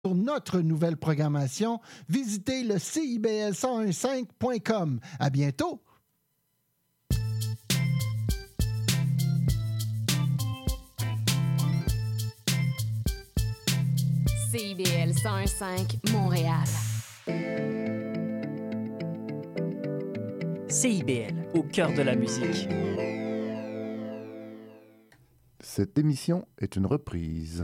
Pour notre nouvelle programmation, visitez le CIBL1015.com. À bientôt! CIBL 1015 Montréal. CIBL, au cœur de la musique. Cette émission est une reprise.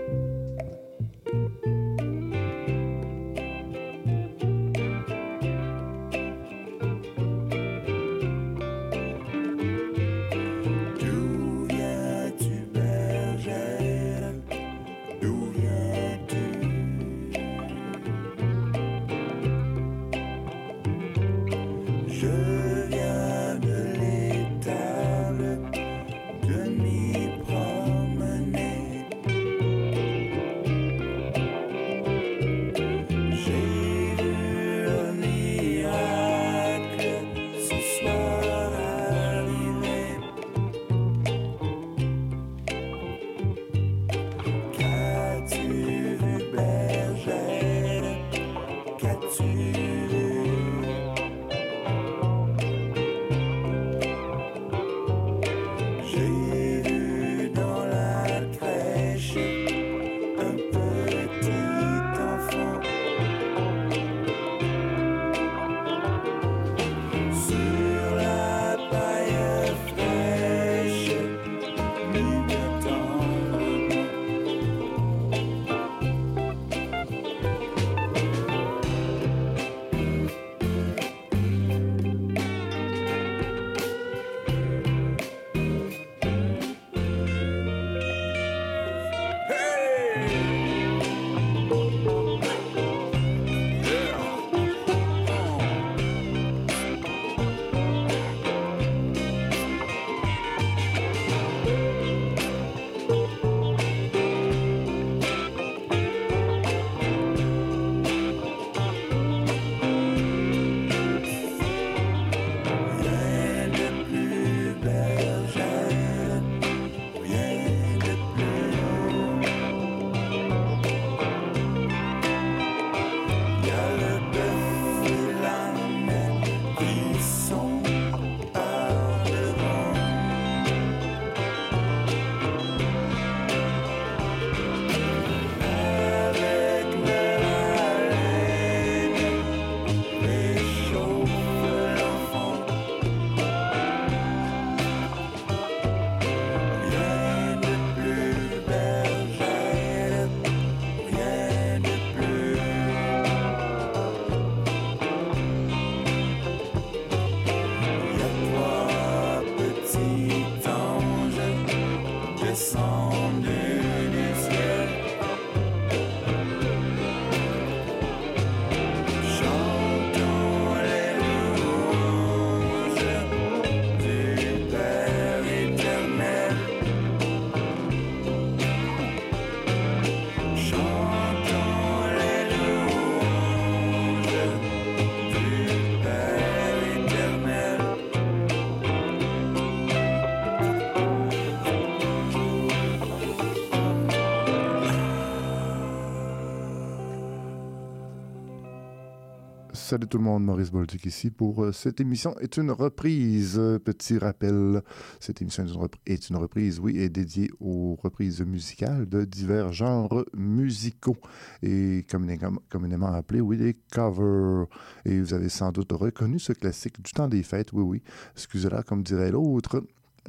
Salut tout le monde, Maurice Bolduc ici pour cette émission est une reprise. Petit rappel, cette émission est une reprise, oui, est dédiée aux reprises musicales de divers genres musicaux et communément appelés, oui, des covers. Et vous avez sans doute reconnu ce classique du temps des fêtes, oui, oui. Excusez-la, comme dirait l'autre.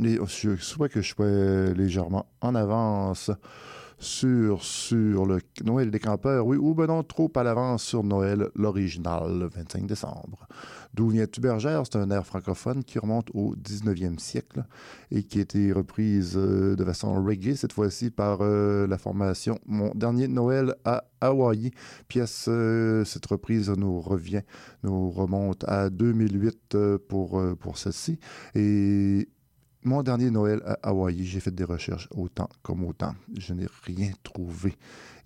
Soit que je sois légèrement en avance sur le Noël des campeurs, oui, ou ben non, trop à l'avance sur Noël, l'original, le 25 décembre. D'où vient-tu Bergère? C'est un air francophone qui remonte au 19e siècle et qui a été reprise de façon reggae, cette fois-ci par la formation Mon Dernier Noël à Hawaï. Pièce, cette reprise nous remonte à 2008 pour celle-ci. Et Mon Dernier Noël à Hawaï, j'ai fait des recherches autant comme autant. Je n'ai rien trouvé.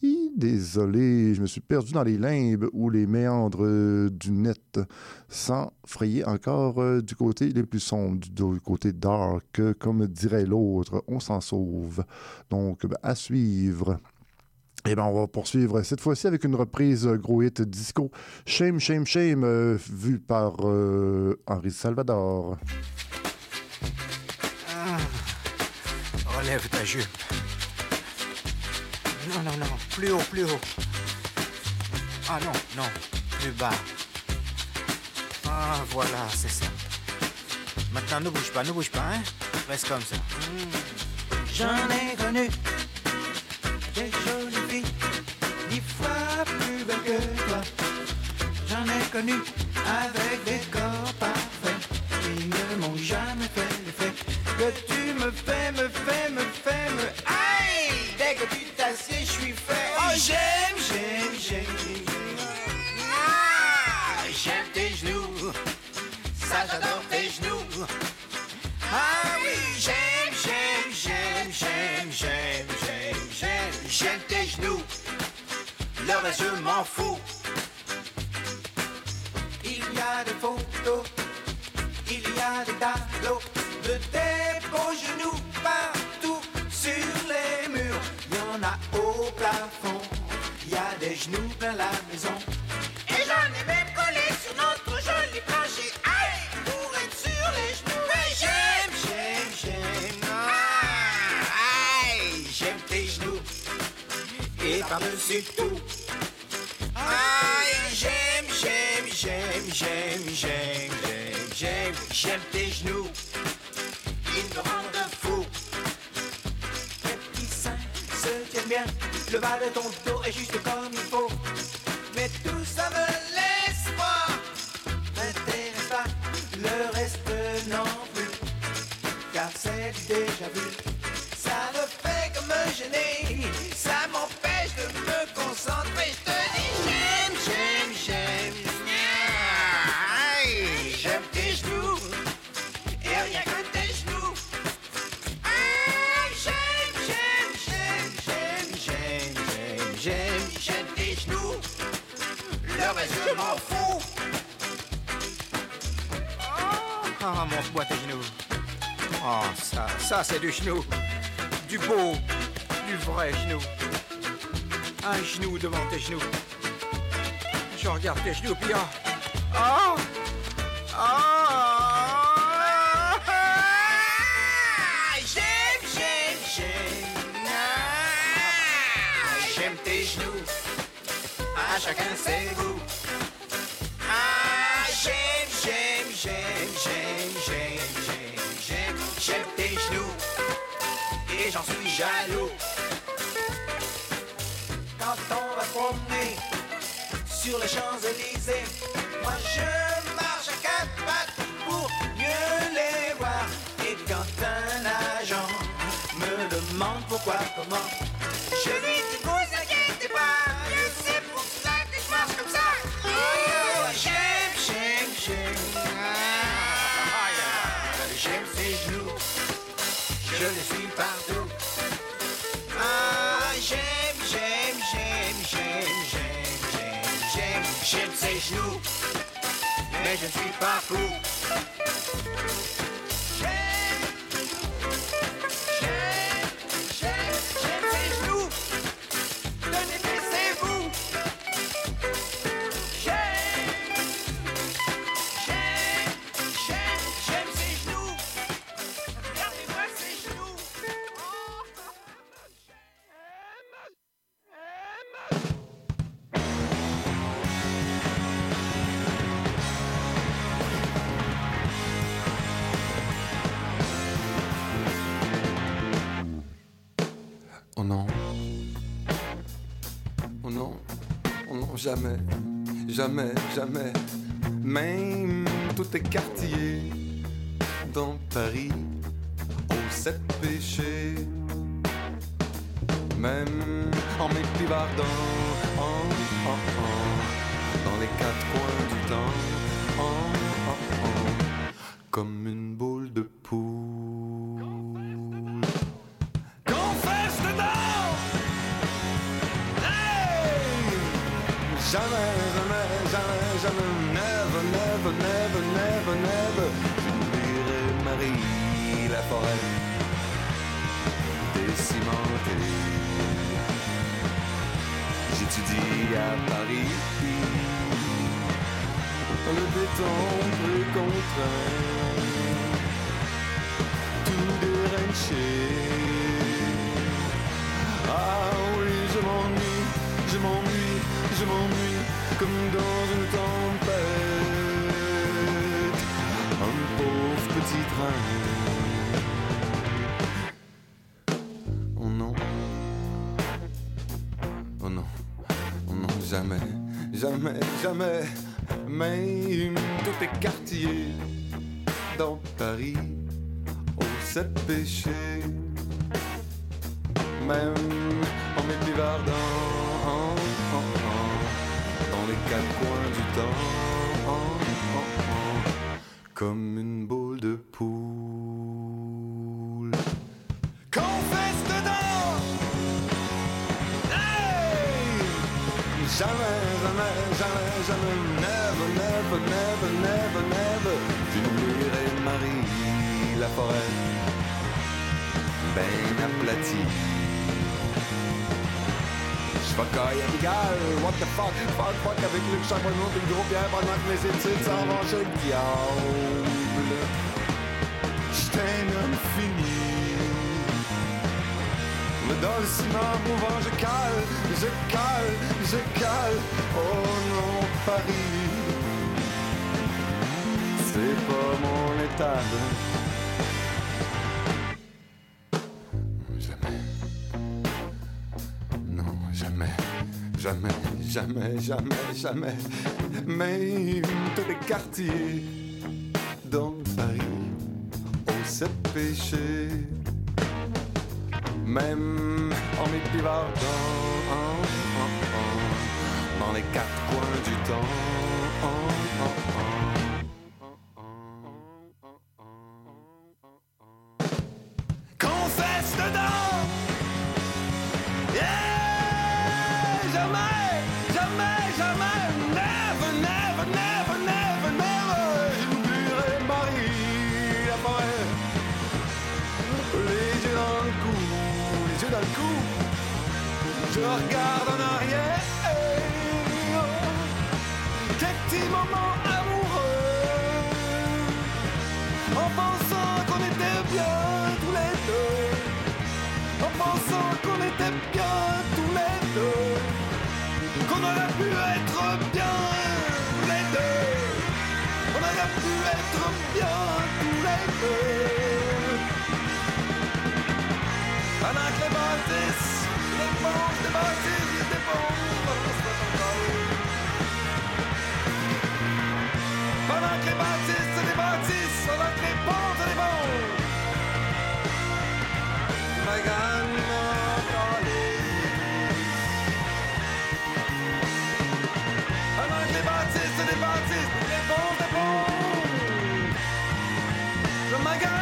Désolé, je me suis perdu dans les limbes ou les méandres du net, sans frayer encore du côté les plus sombres, du côté dark, comme dirait l'autre, on s'en sauve. Donc, à suivre. Et bien, on va poursuivre cette fois-ci avec une reprise gros hit disco. Shame, Shame, Shame, vu par Henri Salvador. Relève ta jupe. Non, non, non. Plus haut, plus haut. Ah non, non. Plus bas. Ah, voilà, c'est ça. Maintenant, ne bouge pas, hein. Reste comme ça. J'en ai connu des jolies filles, 10 fois plus belles que toi. J'en ai connu avec des corps parfaits qui ne m'ont jamais fait l'effet que tu me fais. Aïe! Dès que tu t'assieds, je suis fait. Oh, j'aime. Ah, j'aime tes genoux. Ça, j'adore tes genoux. Ah oui, j'aime tes genoux. Le reste, je m'en fous. Il y a des photos, il y a des tableaux de tes beaux genoux partout sur les murs. Il y en a au plafond, il y a des genoux plein la maison. Et j'en ai même collé sur notre joli plancher. Aïe, pour être sur les genoux. Mais j'aime. Aïe, j'aime tes genoux. Et par-dessus tout. Aïe, j'aime tes genoux. Ils me rendent fou. Tes petits seins se tiennent bien. Le bas de ton dos est juste comme il faut. Mais tout ça me laisse pas. M'intéresse pas. Le reste non plus. Car c'est déjà vu. Ça me fait que me gêner. Ça m'empêche de me concentrer. Je te dis j'aime. Aïe, j'aime tes genoux. Et rien que tes genoux. Aïe, j'aime tes genoux. Le reste je m'en fous. Ah, montre-moi tes genoux. Oh, ça c'est du genou. Du beau, du vrai genou. Un genou devant tes genoux. Je regarde tes genoux, puis j'aime tes genoux. À chacun ses goûts. J'aime tes genoux. Et j'en suis jaloux. Quand on va promener sur les Champs-Élysées, moi je marche à 4 pattes pour mieux les voir. Et quand un agent me demande pourquoi, comment, je lui dis vous inquiétez pas, c'est pour ça que je marche comme ça. Oh, j'aime. J'aime ses genoux, je les suis partout. Ah, j'aime ses genoux, mais je ne suis pas fou. J'aime ses genoux, ne délaissez-vous. J'aime ses genoux, regardez-moi ses genoux. Oh non. Oh non. Oh non, jamais. Jamais, jamais. Même tous tes quartiers dans Paris aux 7 péchés. Même en m'épivardant dans les 4 coins du temps comme une boule de poule. Confesse dedans! Hey! Jamais, never j'oublierai Marie la forêt décimentée. dis à Paris, le béton peu contraint, tout déranché. Ah oui, je m'ennuie, comme dans une tempête, un pauvre petit train. Oh non, oh non, oh non, jamais, même tout est quartier dans Paris, on s'est péché, même en m'épivardant dans les quatre coins du temps, comme une boule de poule. Confesse dedans, hey! Jamais, never, je n'oublierai Marie la forêt, ben aplatie. J'facaille à l'égal, what the fuck, fuck avec le charbonneau et le gros pierre pendant que mes études s'en vont chez le diable. J'étais un homme fini, mais dans le ciment mouvant je cale, oh non Paris, c'est pas mon état. Jamais, même tous les quartiers dans Paris, on s'est péché, même en m'épivardant dans les quatre coins du temps. Confesse dedans, yeah! Never, je n'oublierai Marie la forêt, les yeux dans le cou, je regarde en arrière, quelques petits moments amoureux, en pensant qu'on était bien tous les deux, en pensant qu'on était bien tous les deux, qu'on aurait pu être bien les deux, on aurait pu être bien tous les deux. Pendant que les bâtisses, les ponts, les bâtisses, les ponts, pendant que les bâtisses, les bâtisses, pendant que les ponts, les ponts. My God, my darling. Pendant que les bâtisses, les bâtisses, les ponts, les ponts. My God.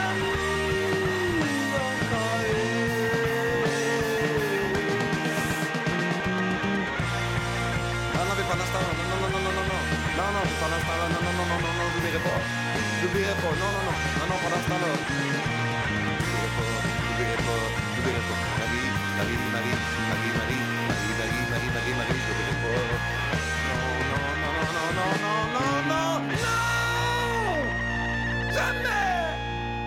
J'oublierai pas, non, pendant ce temps-là. J'oublierai pas. Marie, j'oublierai pas. Non, jamais!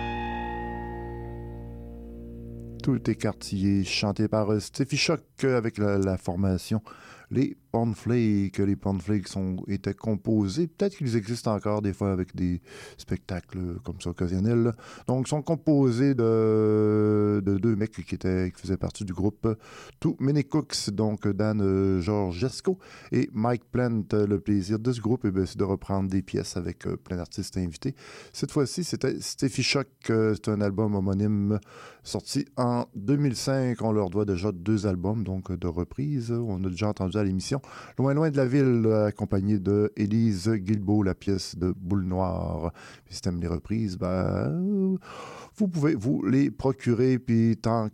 Tout écartillé, chanté par Steffi Shock avec la formation Les Cornflakes. Les Cornflakes étaient composés, peut-être qu'ils existent encore des fois avec des spectacles comme ça occasionnels. Donc, ils sont composés de deux mecs qui faisaient partie du groupe Too Many Cooks, donc Dan Georgesco et Mike Plant. Le plaisir de ce groupe, c'est de reprendre des pièces avec plein d'artistes invités. Cette fois-ci, c'était Steffi Shock. C'est un album homonyme sorti en 2005. On leur doit déjà 2 albums, donc de reprises. On a déjà entendu à l'émission Loin de la ville, accompagné de Élise Guilbeault, la pièce de Boule Noire. Puis si t'aimes les reprises, vous pouvez vous les procurer. Puis quant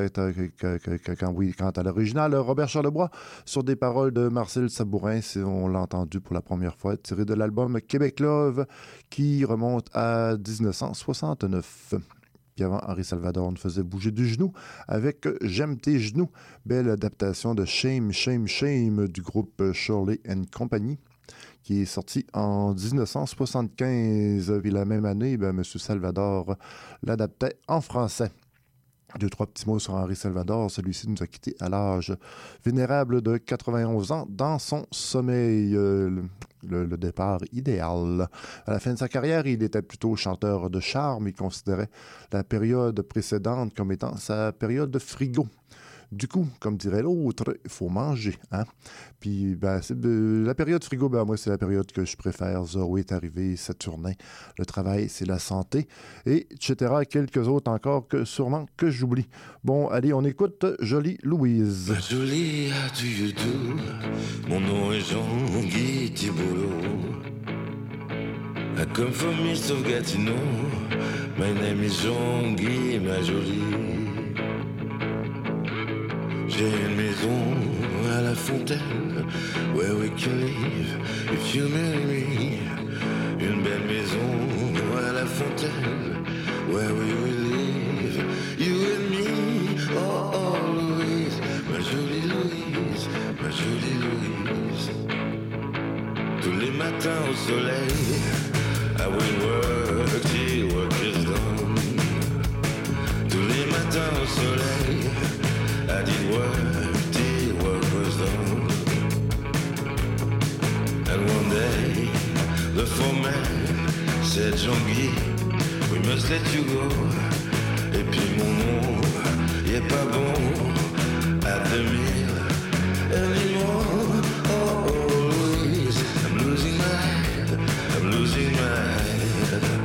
à l'original, Robert Charlebois, sur des paroles de Marcel Sabourin, on l'a entendu pour la première fois, tiré de l'album Québec Love, qui remonte à 1969. Puis avant, Henri Salvador nous faisait bouger du genou avec J'aime tes genoux, belle adaptation de Shame, Shame, Shame du groupe Shirley & Company, qui est sorti en 1975. Puis la même année, M. Salvador l'adaptait en français. 2-3 petits mots sur Henri Salvador. Celui-ci nous a quittés à l'âge vénérable de 91 ans dans son sommeil. Le départ idéal. À la fin de sa carrière, il était plutôt chanteur de charme. Il considérait la période précédente comme étant sa période de frigo. Du coup, comme dirait l'autre, il faut manger. Hein? Puis, la période frigo, moi, c'est la période que je préfère. Zorro est arrivé, Saturnin. Le travail, c'est la santé, et etc. Quelques autres encore que sûrement que j'oublie. Bon, allez, on écoute Jolie Louise. Jolie, how do you do? Mon nom est Jean-Guy Thibault. I come from east of Gatineau. My name is Jean-Guy, ma jolie. J'ai une maison à la fontaine, where we can live if you marry me. Une belle maison à la fontaine, where we will live, you and me. Oh, oh, Louise, ma jolie Louise, ma jolie Louise. Tous les matins au soleil, I will work till work is done. Tous les matins au soleil, I did work till work was done. And one day, the foreman said, Jean-Guy, we must let you go. Et puis mon nom, il est pas bon at the mill anymore. Oh, oh, Louise, I'm losing my head, I'm losing my head.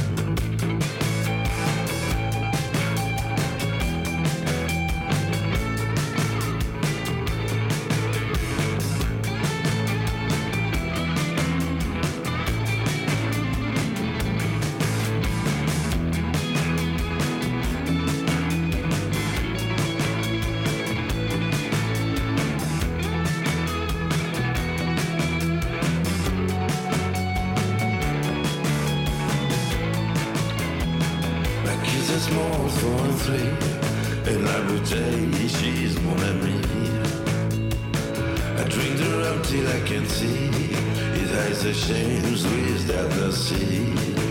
Et la bouteille, she's mon amie. I drink the rum till I can see. His eyes are shames without the sea.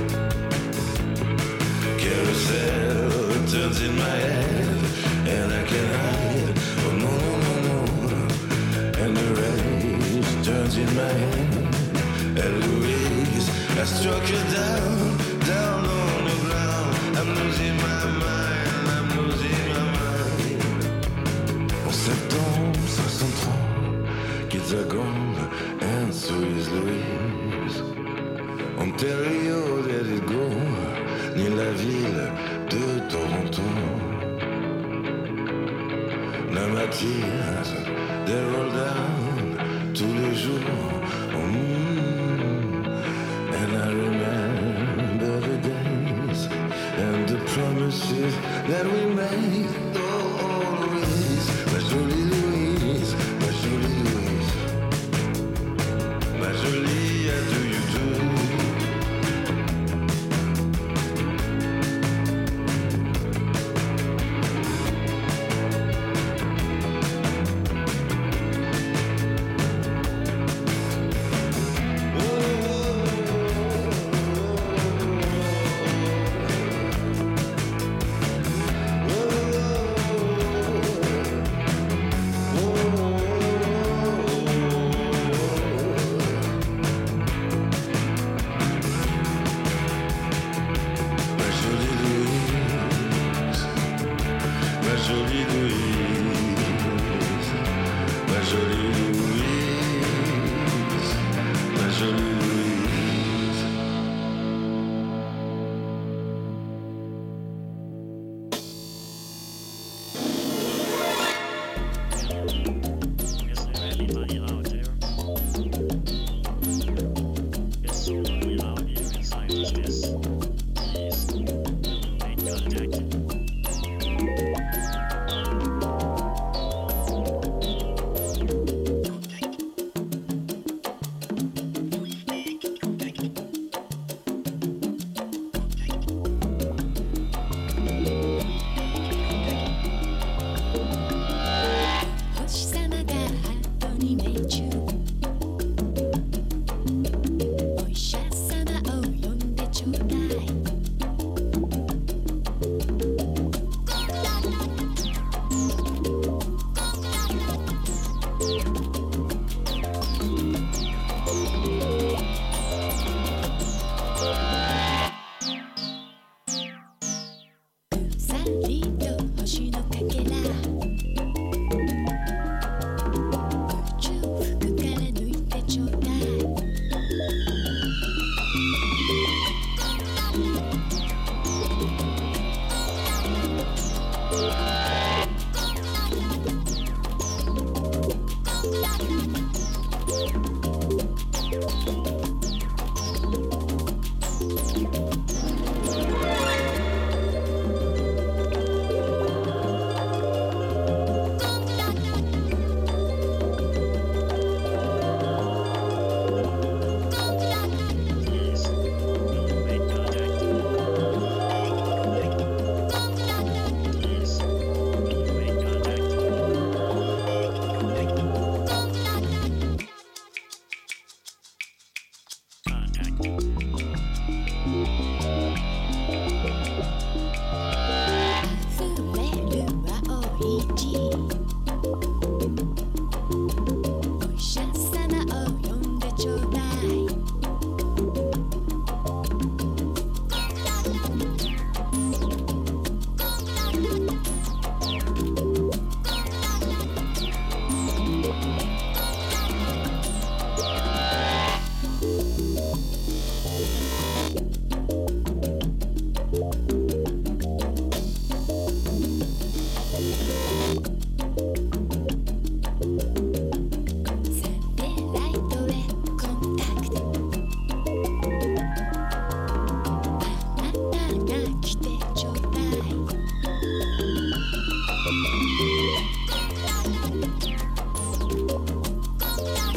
Carousel turns in my head, and I can hide. Oh no, no, no, no. And the rage turns in my head. And Louise, I struck her down, down on the ground. I'm losing my mind, I'm losing my mind. En septembre 63, kids are gone, and so is Louise. Ontario, let it go, ni la ville de Toronto. La Mathilde, they roll down tous les jours. And I remember the days and the promises that we made. Oh, oh, Louise, ma jolie Louise, ma jolie Louise, ma jolie, how do you do?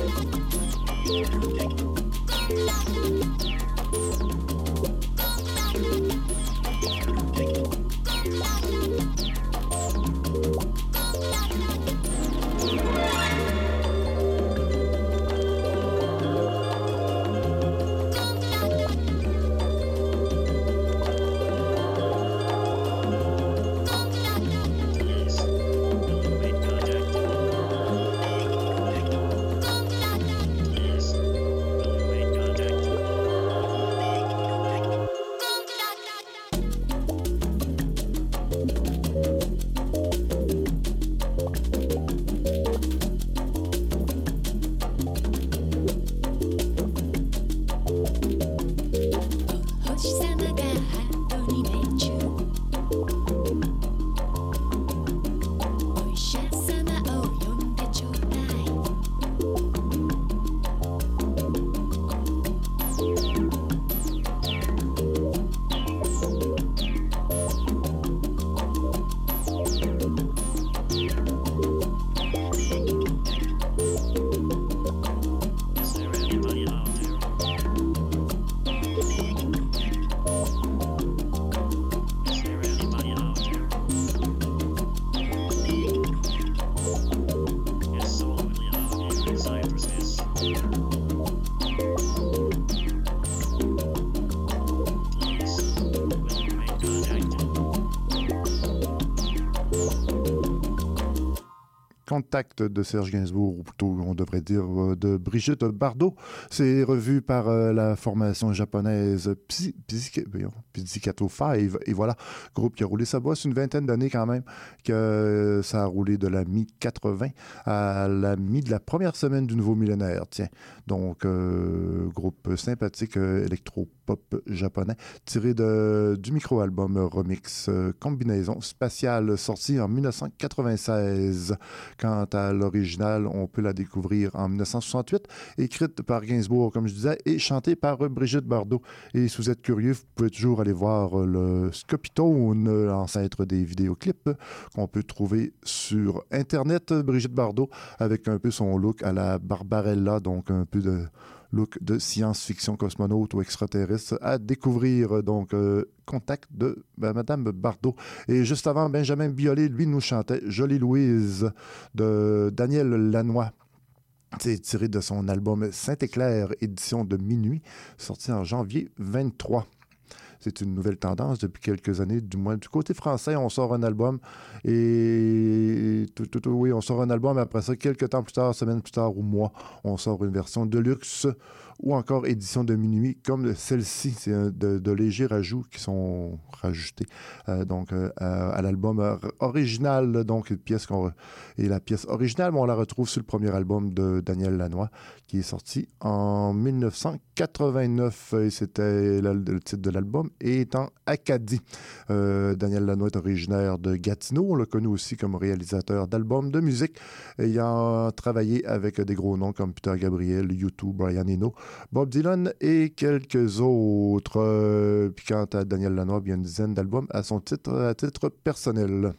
Contact de Serge Gainsbourg, ou plutôt on devrait dire de Brigitte Bardot. C'est revu par la formation japonaise Pizzicato 5. Et voilà, groupe qui a roulé sa bosse une vingtaine d'années quand même, que ça a roulé de la mi-80 à la mi de la première semaine du nouveau millénaire. Tiens, donc groupe sympathique électro-pop japonais, tiré du micro-album Remix Combinaison Spatiale, sorti en 1996. Quant à l'original, on peut la découvrir en 1968, écrite par Gainsbourg, comme je disais, et chantée par Brigitte Bardot. Et si vous êtes curieux, vous pouvez toujours aller voir le Scopitone, l'ancêtre des vidéoclips, qu'on peut trouver sur Internet. Brigitte Bardot, avec un peu son look à la Barbarella, donc un peu de look de science-fiction, cosmonaute ou extraterrestre, à découvrir. Donc, Contact de Madame Bardot. Et juste avant, Benjamin Biolay, lui, nous chantait Jolie Louise de Daniel Lanois. C'est tiré de son album Saint-Éclair, édition de minuit, sorti en janvier 23. C'est une nouvelle tendance depuis quelques années, du moins du côté français. On sort un album et oui, on sort un album, et après ça, quelques temps plus tard, semaines plus tard ou mois, on sort une version de luxe ou encore édition de minuit, comme celle-ci. C'est de légers rajouts qui sont rajoutés à l'album original. Donc, la pièce originale, on la retrouve sur le premier album de Daniel Lanois, qui est sorti en 1989. Et c'était le titre de l'album étant Acadie. Daniel Lanois est originaire de Gatineau. On le connaît aussi comme réalisateur d'albums de musique, ayant travaillé avec des gros noms comme Peter Gabriel, U2, Brian Eno, Bob Dylan et quelques autres. Puis quant à Daniel Lanois, il y a une dizaine d'albums à titre personnel.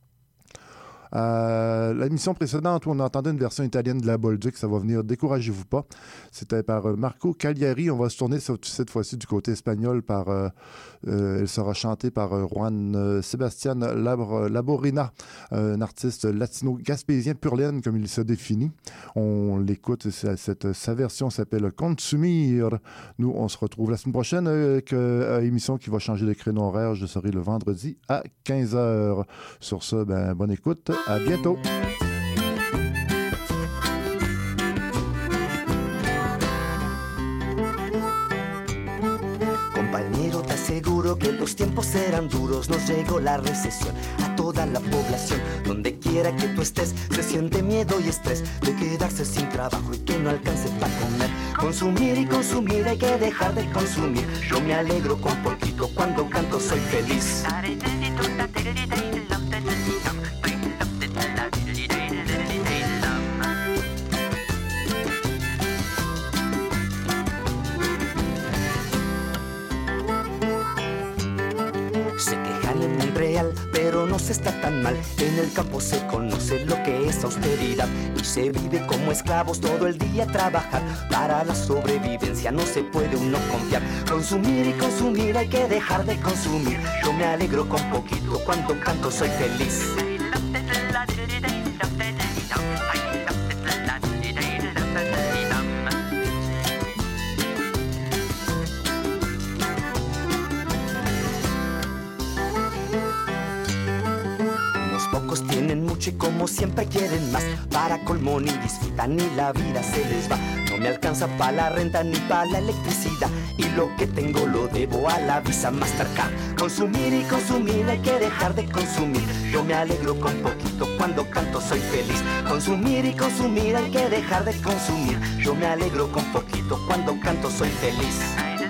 L'émission précédente, où on entendait une version italienne de la Bolduc, ça va venir, découragez-vous pas. C'était par Marco Cagliari. On va se tourner cette fois-ci du côté espagnol elle sera chantée par Juan Sebastián Laborina, un artiste latino-gaspésien pur laine, comme il se définit. On l'écoute, sa version s'appelle Consumir. Nous, on se retrouve la semaine prochaine avec une émission qui va changer les créneaux horaires. Je serai le vendredi à 15h. Sur ce, bonne écoute. À bientôt. Compañero, te aseguro que los tiempos serán duros. Nos llegó la recesión a toda la población. Donde quiera que tú estés, se siente miedo y estrés de quedarse sin trabajo y que no alcance para comer. Consumir y consumir, hay que dejar de consumir. Yo me alegro con poquito, cuando canto soy feliz. Pero no se está tan mal. En el campo se conoce lo que es austeridad y se vive como esclavos todo el día trabajar. Para la sobrevivencia no se puede uno confiar. Consumir y consumir, hay que dejar de consumir. Yo me alegro con poquito, cuando canto soy feliz. Pocos tienen mucho y como siempre quieren más. Para colmo ni disfrutan ni la vida se les va. No me alcanza para la renta ni para la electricidad. Y lo que tengo lo debo a la Visa Mastercard. Consumir y consumir, hay que dejar de consumir. Yo me alegro con poquito, cuando canto soy feliz. Consumir y consumir, hay que dejar de consumir. Yo me alegro con poquito, cuando canto soy feliz.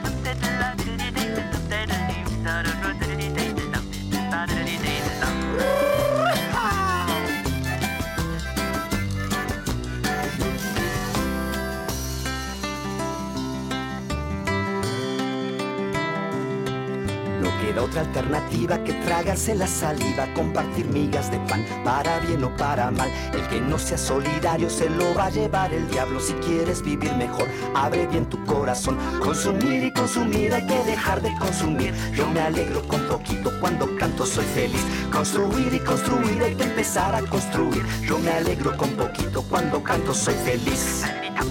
Otra alternativa que tragarse la saliva, compartir migas de pan, para bien o para mal. El que no sea solidario se lo va a llevar el diablo. Si quieres vivir mejor, abre bien tu corazón. Consumir y consumir, hay que dejar de consumir. Yo me alegro con poquito, cuando canto soy feliz. Construir y construir, hay que empezar a construir. Yo me alegro con poquito, cuando canto soy feliz.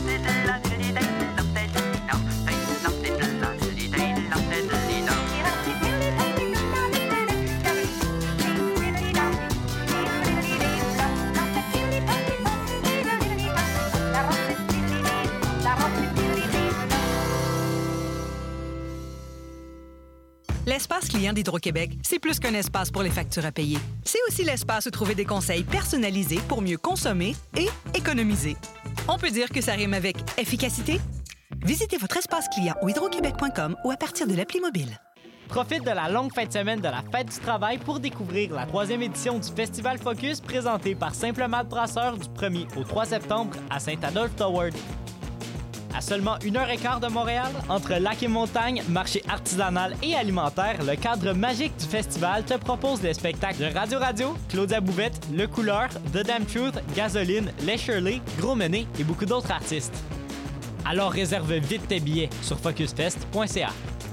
L'espace client d'Hydro-Québec, c'est plus qu'un espace pour les factures à payer. C'est aussi l'espace où trouver des conseils personnalisés pour mieux consommer et économiser. On peut dire que ça rime avec efficacité. Visitez votre espace client au hydroquebec.com ou à partir de l'appli mobile. Profite de la longue fin de semaine de la Fête du Travail pour découvrir la 3e édition du Festival Focus présenté par Simple Malte Brasseur du 1er au 3 septembre à Saint-Adolphe-Toward. À seulement 1h15 de Montréal, entre lac et montagne, marché artisanal et alimentaire, le cadre magique du festival te propose des spectacles de Radio, Claudia Bouvette, Le Couleur, The Damn Truth, Gasoline, Les Shirley, Gros Menet et beaucoup d'autres artistes. Alors réserve vite tes billets sur focusfest.ca.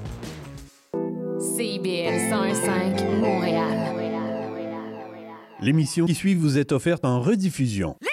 CIBL 101.5 Montréal. L'émission qui suit vous est offerte en rediffusion.